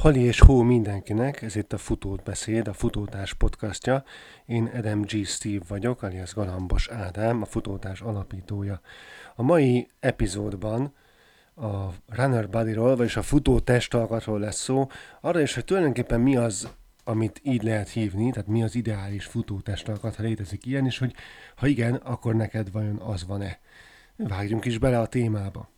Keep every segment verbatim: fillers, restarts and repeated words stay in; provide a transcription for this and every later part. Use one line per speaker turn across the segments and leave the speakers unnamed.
Hali és hó mindenkinek, ez itt a Futót beszéd, a Futótás podcastja. Én Adam G. Steve vagyok, alias Galambos Ádám, a Futótás alapítója. A mai epizódban a runner bodyról, vagyis a futó testalkatról lesz szó, arra is, hogy tulajdonképpen mi az, amit így lehet hívni, tehát mi az ideális futó testalkat, ha létezik ilyen, és hogy ha igen, akkor neked vajon az van-e. Vágjunk is bele a témába.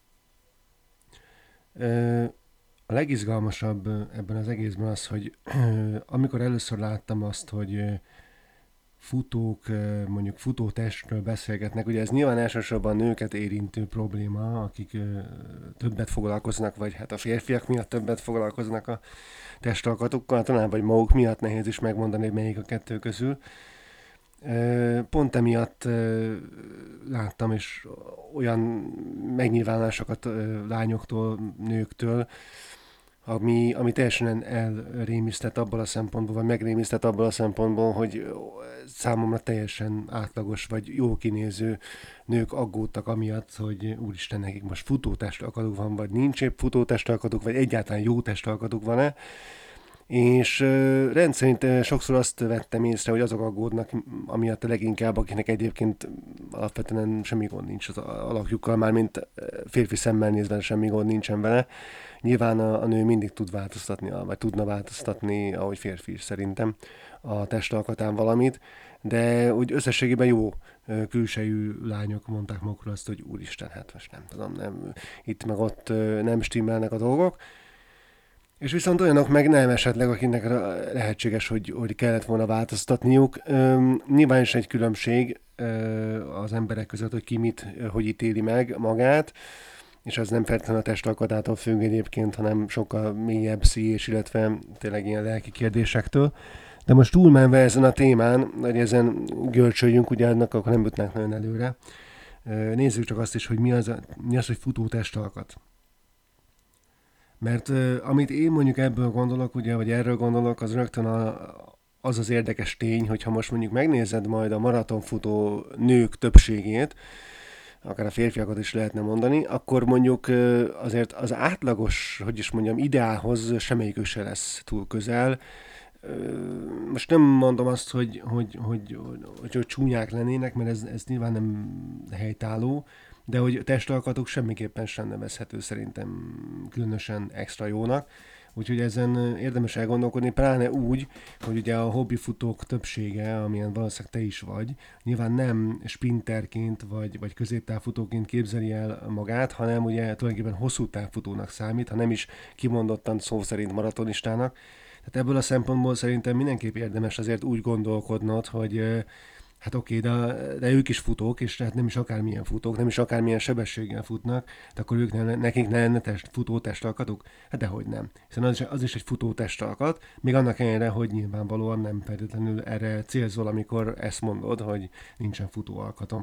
Ö- A legizgalmasabb ebben az egészben az, hogy amikor először láttam azt, hogy futók, mondjuk futótestről beszélgetnek, ugye ez nyilván elsősorban nőket érintő probléma, akik többet foglalkoznak, vagy hát a férfiak miatt többet foglalkoznak a testalkatukkal, talán vagy maguk miatt nehéz is megmondani, hogy melyik a kettő közül. Pont emiatt láttam is olyan megnyilvánulásokat lányoktól, nőktől, ami, ami teljesen elrémisztett abból a szempontból, vagy megrémisztett abból a szempontból, hogy számomra teljesen átlagos, vagy jó kinéző nők aggódtak amiatt, hogy úristen, nekik most futótestalkatuk van, vagy nincs épp futótestalkatuk, vagy egyáltalán jó testalkatuk van-e. És uh, rendszerint uh, sokszor azt vettem észre, hogy azok aggódnak amiatt a leginkább, akinek egyébként alapvetően semmi gond nincs az alakjukkal, mármint férfi szemmel nézve semmi gond nincsen vele. Nyilván a, a nő mindig tud változtatni, vagy tudna változtatni, ahogy férfi is szerintem, a testalkatán valamit, de úgy összességében jó uh, külsejű lányok mondták magukról azt, hogy úristen, hát most nem tudom, nem, itt meg ott uh, nem stimmelnek a dolgok. És viszont olyanok meg nem esetleg, akinek lehetséges, hogy, hogy kellett volna változtatniuk. Üm, nyilván is egy különbség ö, az emberek között, hogy ki mit, hogy ítéli meg magát, és az nem feltétlenül a testalkatától függ egyébként, hanem sokkal mélyebb pszichés, illetve tényleg ilyen lelki kérdésektől. De most túlmenve ezen a témán, hogy ezen görcsöljünk, ugye ennek akkor nem jutnánk nagyon előre. Nézzük csak azt is, hogy mi az, mi az hogy futó testalkat. Mert uh, amit én mondjuk ebből gondolok, ugye, vagy erről gondolok, az rögtön a, az az érdekes tény, hogy ha most mondjuk megnézed majd a maratonfutó nők többségét, akár a férfiakat is lehetne mondani, akkor mondjuk uh, azért az átlagos, hogy is mondjam, ideálhoz semmelyikük se lesz túl közel. Uh, most nem mondom azt, hogy, hogy, hogy, hogy, hogy, hogy csúnyák lennének, mert ez, ez nyilván nem helytálló, de hogy testalkatuk semmiképpen sem nevezhető szerintem különösen extra jónak. Úgyhogy ezen érdemes elgondolkodni, pláne úgy, hogy ugye a hobbifutók többsége, amilyen valószínűleg te is vagy, nyilván nem sprinterként vagy, vagy középtávfutóként képzeli el magát, hanem ugye tulajdonképpen hosszú távfutónak számít, ha nem is kimondottan szó szerint maratonistának. Tehát ebből a szempontból szerintem mindenképp érdemes azért úgy gondolkodnod, hogy hát oké, de, de ők is futók, és tehát nem is akármilyen futók, nem is akármilyen sebességgel futnak, de akkor ők ne, nekik ne lenne test, futó testalkatuk? Hát dehogy nem. Hiszen az is, az is egy futó testalkat, még annak ellenére, hogy nyilvánvalóan nem feltétlenül erre célzol, amikor ezt mondod, hogy nincsen futó alkatom.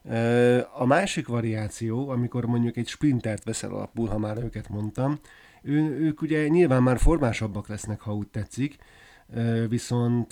A másik variáció, amikor mondjuk egy sprintert veszel alapul, ha már őket mondtam, ő, ők ugye nyilván már formásabbak lesznek, ha úgy tetszik, viszont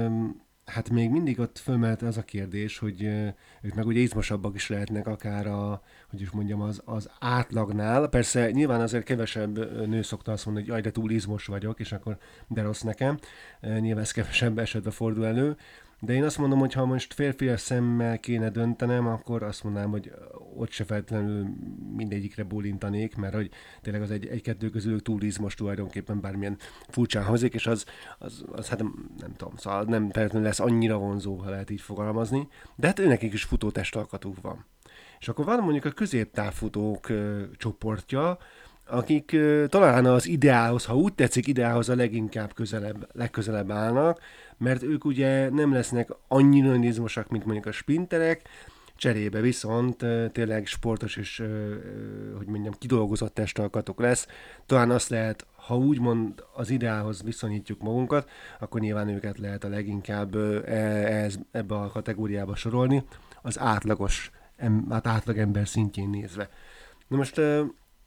hát még mindig ott fölmehet az a kérdés, hogy ők meg ugye izmosabbak is lehetnek akár a, hogy is mondjam, az, az átlagnál. Persze nyilván azért kevesebb nő szokta azt mondani, hogy jaj, de túl izmos vagyok, és akkor de rossz nekem. Nyilván ez kevesebb esetben fordul elő. De én azt mondom, hogy ha most férfias szemmel kéne döntenem, akkor azt mondanám, hogy ott se feltétlenül mindegyikre bólintanék, mert hogy tényleg az egy, egy-kettő közül túl izmos tulajdonképpen bármilyen furcsán hozik, és az, az, az hát nem, nem tudom, szóval nem feltétlenül lesz annyira vonzó, ha lehet így fogalmazni, de hát őnekik is futótestalkatuk van. És akkor van mondjuk a középtávfutók ö, csoportja, akik ö, talán az ideálhoz, ha úgy tetszik, ideálhoz a leginkább közelebb, legközelebb állnak, mert ők ugye nem lesznek annyira izmosak, mint mondjuk a sprinterek, cserébe viszont ö, tényleg sportos és, ö, ö, hogy mondjam, kidolgozott testalkatuk lesz. Talán azt lehet, ha úgymond az ideálhoz viszonyítjuk magunkat, akkor nyilván őket lehet a leginkább ö, ez, ebbe a kategóriába sorolni, az átlagos, em, hát átlag ember szintjén nézve. Na most ö,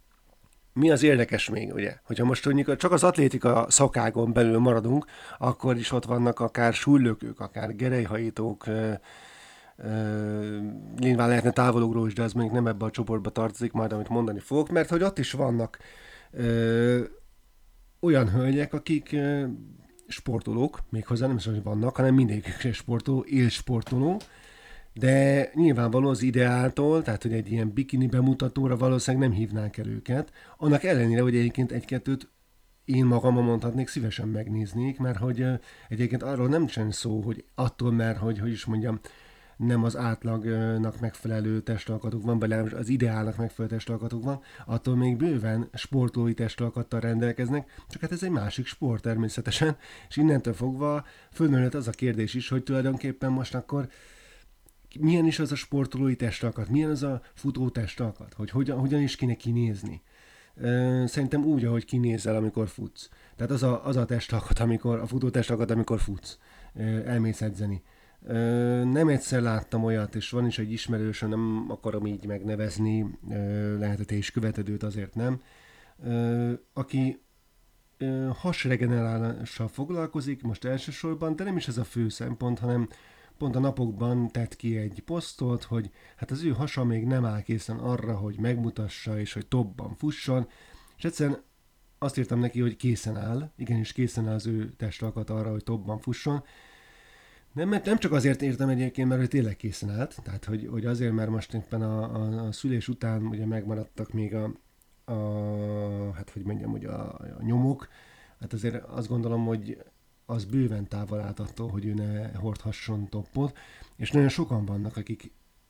mi az érdekes még, ugye? Hogyha most mondjuk csak az atlétika szakágon belül maradunk, akkor is ott vannak akár súlylökők, akár gerelyhajítók, nyilván lehetne távolugró is, de az mondjuk nem ebbe a csoportba tartozik majd, amit mondani fogok, mert hogy ott is vannak ö, olyan hölgyek, akik ö, sportolók, méghozzá nem is, hogy vannak, hanem mindegyikük sportoló, élsportoló, de nyilvánvaló az ideáltól, tehát hogy egy ilyen bikini bemutatóra valószínűleg nem hívnánk el őket, annak ellenére, hogy egyébként egy-kettőt én magam mondhatnék, szívesen megnéznék, mert hogy ö, egyébként arról nem sem szó, hogy attól, mert hogy, hogy is mondjam, nem az átlagnak megfelelő testalkatuk van, vagy legalábbis az ideálnak megfelelő testalkatuk van, attól még bőven sportolói testalkattal rendelkeznek, csak hát ez egy másik sport természetesen, és innentől fogva fölmerült az a kérdés is, hogy tulajdonképpen most akkor milyen is az a sportolói testalkat, milyen az a futó testalkat, hogy hogyan, hogyan is kéne kinézni. Szerintem úgy, ahogy kinézel, amikor futsz. Tehát az a, az a testalkat, amikor, a futó testalkat, amikor futsz, elmész edzeni. Nem egyszer láttam olyat, és van is egy ismerősöm, nem akarom így megnevezni, lehet, hogy te is követed őt, azért nem, aki hasregenerálással foglalkozik, most elsősorban, de nem is ez a fő szempont, hanem pont a napokban tett ki egy posztot, hogy hát az ő hasa még nem áll készen arra, hogy megmutassa, és hogy topban fusson, és egyszerűen azt írtam neki, hogy készen áll, igenis készen áll az ő testalkat arra, hogy topban fusson. Nem, nem csak azért írtam egyébként, mert ő tényleg készen állt, tehát hogy, hogy azért, mert most éppen a, a, a szülés után ugye megmaradtak még a, a hát hogy mondjam, hogy a, a nyomok, hát azért azt gondolom, hogy az bőven távol állt attól, hogy ő ne hordhasson toppot, és nagyon sokan vannak, akik,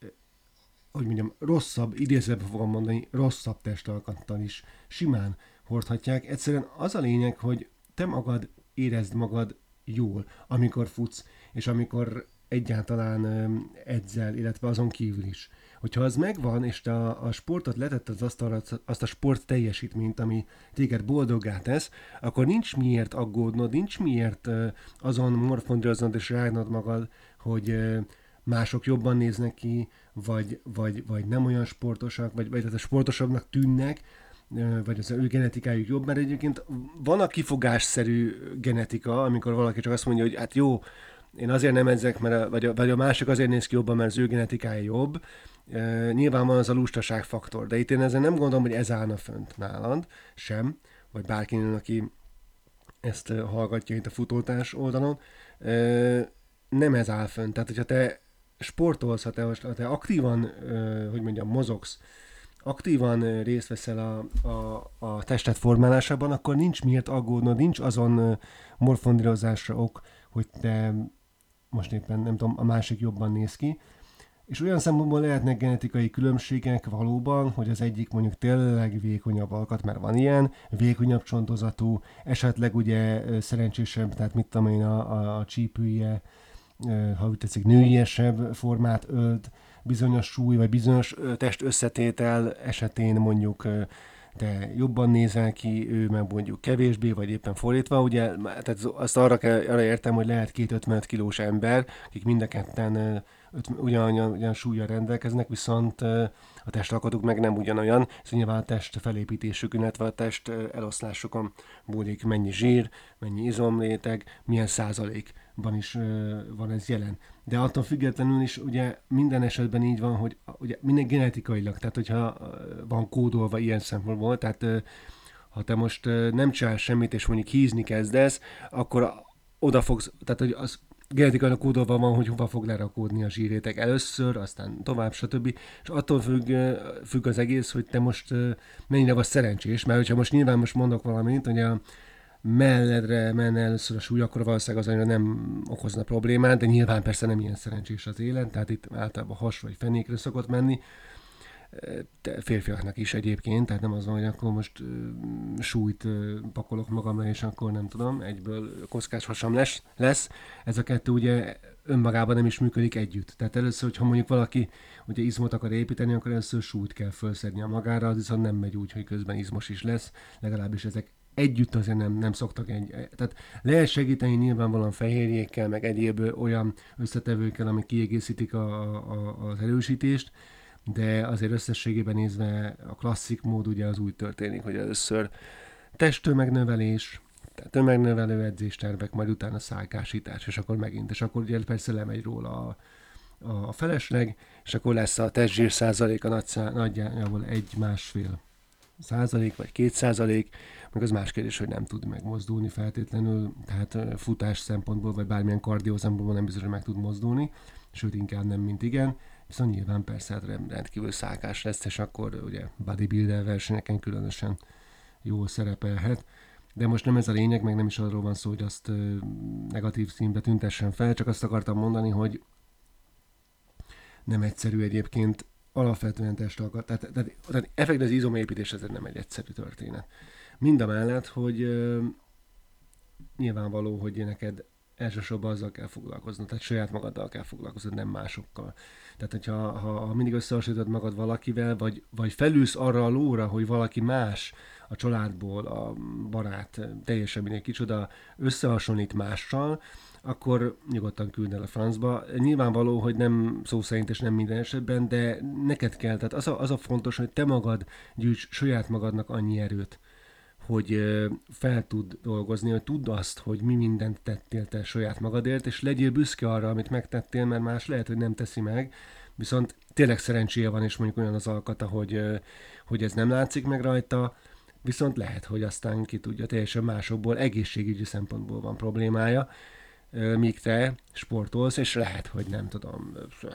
hogy mondjam, rosszabb, idézőben fogom mondani, rosszabb testalkattal is simán hordhatják. Egyszerűen az a lényeg, hogy te magad érezd magad jól, amikor futsz, és amikor egyáltalán edzel, illetve azon kívül is. Hogyha az megvan, és te a, a sportot letett az asztalra, azt a sport teljesítményt, ami téged boldoggá tesz, akkor nincs miért aggódnod, nincs miért azon morfondíroznod és rágnod magad, hogy mások jobban néznek ki, vagy, vagy, vagy nem olyan sportosak, vagy, vagy a sportosabbnak tűnnek, vagy az ő genetikájuk jobb, mert egyébként van a kifogásszerű genetika, amikor valaki csak azt mondja, hogy hát jó, én azért nem edzek, mert a, vagy, a, vagy a másik azért néz ki jobban, mert az ő genetikája jobb. E, nyilván van az a lustaság faktor, de itt én ezzel nem gondolom, hogy ez állna fönt nálad, sem, vagy bárkinek, aki ezt hallgatja itt a futótárs oldalon. E, nem ez áll fönt. Tehát, hogyha te sportolsz, ha te, ha te aktívan, e, hogy mondjam, mozogsz, aktívan részt veszel a, a, a tested formálásában, akkor nincs miért aggódnod, nincs azon morfondírozásra ok, hogy te most éppen nem tudom, a másik jobban néz ki. És olyan szempontból lehetnek genetikai különbségek valóban, hogy az egyik mondjuk tényleg vékonyabb alkat, mert van ilyen, vékonyabb csontozatú, esetleg ugye szerencsésebb, tehát mit tudom én, a, a, a csípője, ha úgy tetszik, nőiesebb formát ölt, bizonyos súly, vagy bizonyos test összetétel esetén mondjuk te jobban nézel ki, ő meg mondjuk kevésbé, vagy éppen fordítva, ugye, tehát azt arra, kell, arra értem, hogy lehet két ötvenöt kilós ember, akik mind a ketten ugyanolyan, ugyan súlyan rendelkeznek, viszont a testalkatuk meg nem ugyanolyan, szóval nyilván a test felépítésük, illetve a test eloszlásokon múlik, mennyi zsír, mennyi izomréteg, milyen százalékban is van ez jelen. De attól függetlenül is ugye minden esetben így van, hogy ugye minden genetikailag, tehát hogyha van kódolva ilyen szempontból, tehát ha te most nem csinálsz semmit, és mondjuk hízni kezdesz, akkor oda fogsz, tehát hogy az genetikailag kódolva van, hogy hova fog lerakódni a zsírréteg először, aztán tovább, stb. És attól függ, függ az egész, hogy te most mennyire vagy szerencsés, mert hogyha most nyilván most mondok valamit, hogy a melledre menne először a súly, akkor valószínűleg az annyira nem okozna problémát, de nyilván persze nem ilyen szerencsés az élet, tehát itt általában has vagy fenékre szokott menni, de férfiaknak is egyébként, tehát nem az van, hogy akkor most uh, súlyt uh, pakolok magamra, és akkor nem tudom, egyből kockás hasam lesz, lesz. Ez a kettő ugye önmagában nem is működik együtt. Tehát először, hogyha mondjuk valaki ugye izmot akar építeni, akkor először súlyt kell felszedni a magára, az viszont nem megy úgy, hogy közben izmos is lesz, legalábbis ezek együtt azért nem, nem szoktak egy... Tehát lehet segíteni nyilvánvalóan fehérjékkel, meg egyéb olyan összetevőkkel, amik kiegészítik a, a, az erősítést, de azért összességében nézve a klasszik mód ugye az úgy történik, hogy először testtömegnövelés, tömegnövelő edzéstervek, majd utána szállkásítás, és akkor megint, és akkor ugye persze lemegy róla a, a felesleg, és akkor lesz a testzsír százalék a nagy szá, nagyjából egy-másfél százalék vagy két százalék, meg az más kérdés, hogy nem tud megmozdulni feltétlenül, tehát futás szempontból, vagy bármilyen kardió szempontból nem biztos, hogy meg tud mozdulni, sőt inkább nem, mint igen. Viszont nyilván persze hát rendkívül szálkás lesz, és akkor ugye bodybuilder versenyeken különösen jól szerepelhet. De most nem ez a lényeg, meg nem is arról van szó, hogy azt negatív színbe tüntessen fel, csak azt akartam mondani, hogy nem egyszerű egyébként alapvetően testalkat, tehát, tehát, tehát effektív az izomépítés ez nem egy egyszerű történet. Mind a mellett, hogy ö, nyilvánvaló, hogy neked elsősorban azzal kell foglalkoznod, tehát saját magaddal kell foglalkoznod, nem másokkal. Tehát, hogyha ha, ha mindig összehasonlítod magad valakivel, vagy, vagy felülsz arra a lóra, hogy valaki más a családból, a barát, teljesen mindegy kicsoda összehasonlít mással, akkor nyugodtan küld el a francba. Nyilvánvaló, hogy nem szó szerint és nem minden esetben, de neked kell, tehát az a, az a fontos, hogy te magad gyűjts saját magadnak annyi erőt, hogy fel tud dolgozni, hogy tudd azt, hogy mi mindent tettél te saját magadért, és legyél büszke arra, amit megtettél, mert más lehet, hogy nem teszi meg, viszont tényleg szerencséje van, és mondjuk olyan az alkata, hogy, hogy ez nem látszik meg rajta, viszont lehet, hogy aztán ki tudja, teljesen másokból, egészségügyi szempontból van problémája, míg te sportolsz, és lehet, hogy nem tudom,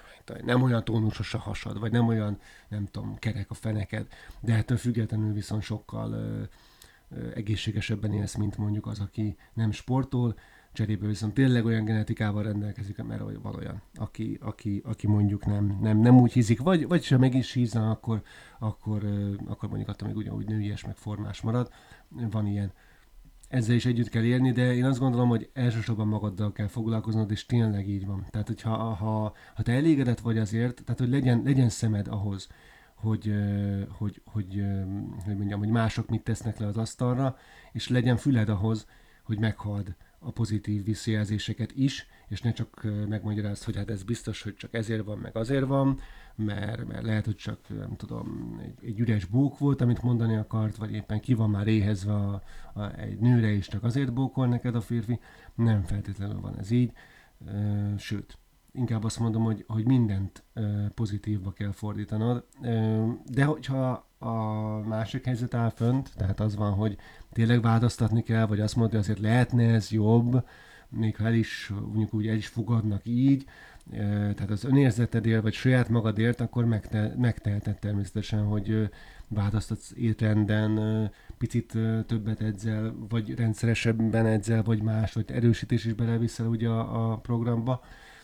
nem olyan tónusos a hasad, vagy nem olyan, nem tudom, kerek a feneked, de ettől függetlenül viszont sokkal ö, ö, egészségesebben élsz, mint mondjuk az, aki nem sportol, cserébe viszont tényleg olyan genetikával rendelkezik, mert van olyan, aki, aki, aki mondjuk nem, nem, nem úgy hízik, vagy, vagy ha meg is hízna, akkor, akkor, ö, akkor mondjuk attól még ugyanúgy nőies, meg formás marad. Van ilyen. Ezzel is együtt kell élni, de én azt gondolom, hogy elsősorban magaddal kell foglalkoznod, és tényleg így van. Tehát, hogyha ha, ha te elégedett vagy azért, tehát, hogy legyen, legyen szemed ahhoz, hogy, hogy, hogy, hogy, mondjam, hogy mások mit tesznek le az asztalra, és legyen füled ahhoz, hogy meghald a pozitív visszajelzéseket is, és ne csak megmagyarázd, hogy hát ez biztos, hogy csak ezért van, meg azért van, mert, mert lehet, hogy csak, nem tudom, egy, egy üres bók volt, amit mondani akart, vagy éppen ki van már éhezve a, a, egy nőre, és csak azért bókol neked a férfi. Nem feltétlenül van ez így, e, sőt, inkább azt mondom, hogy, hogy mindent e, pozitívba kell fordítanod, e, de hogyha a másik helyzet áll fönt, tehát az van, hogy tényleg változtatni kell, vagy azt mondja, hogy azért lehetne ez jobb, még ha el is, mondjuk úgy el is fogadnak így, tehát az önérzetedért, vagy saját magadért, akkor megte- megteheted természetesen, hogy változtatsz étrenden, picit többet edzel, vagy rendszeresebben edzel, vagy más, vagy erősítés is beleviszel ugye a, a programba.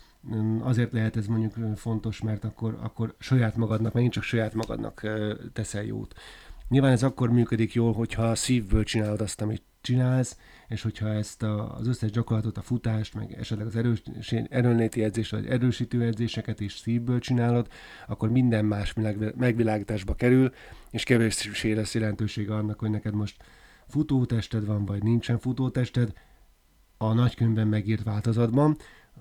Azért lehet ez mondjuk fontos, mert akkor, akkor saját magadnak, megint csak saját magadnak teszel jót. Nyilván ez akkor működik jól, hogyha szívből csinálod azt, amit csinálsz, és hogyha ezt a, az összes gyakorlatot, a futást, meg esetleg az erős, erőnléti edzést, vagy erősítő edzéseket is szívből csinálod, akkor minden más megvilágításba kerül, és kevéssé lesz jelentősége annak, hogy neked most futótested van, vagy nincsen futótested, a nagykönyvben megírt változatban,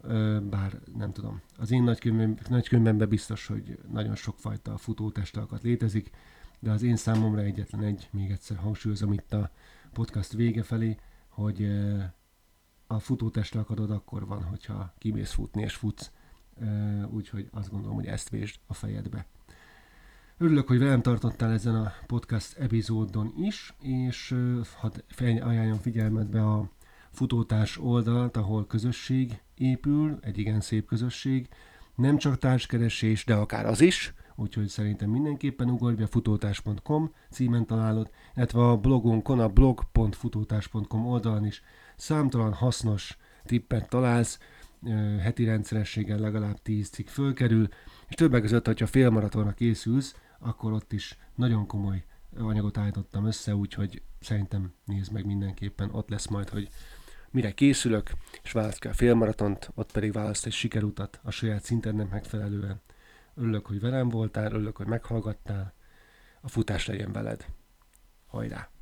bár nem tudom, az én nagykönyvem, nagykönyvemben biztos, hogy nagyon sokfajta futótestalkat létezik, de az én számomra egyetlen egy, még egyszer hangsúlyozom itt a podcast vége felé, hogy a futótestalkatod akkor van, hogyha kimész futni és futsz, úgyhogy azt gondolom, hogy ezt vésd a fejedbe. Örülök, hogy velem tartottál ezen a podcast epizódon is, és hadd ajánljam figyelmetbe a futótárs oldalt, ahol közösség épül, egy igen szép közösség, nem csak társkeresés, de akár az is, úgyhogy szerintem mindenképpen ugorj be, futótárs pont com címen találod, illetve a blogunkon, a blog pont futótárs pont com oldalon is számtalan hasznos tippet találsz, heti rendszerességgel legalább tíz cikk fölkerül, és többek között, hogyha félmaratonra készülsz, akkor ott is nagyon komoly anyagot állítottam össze, úgyhogy szerintem nézd meg mindenképpen, ott lesz majd, hogy mire készülök, és választ ki a félmaratont, ott pedig választ egy sikerutat a saját szintednek megfelelően. Örülök, hogy velem voltál, örülök, hogy meghallgattál, a futás legyen veled. Hajrá!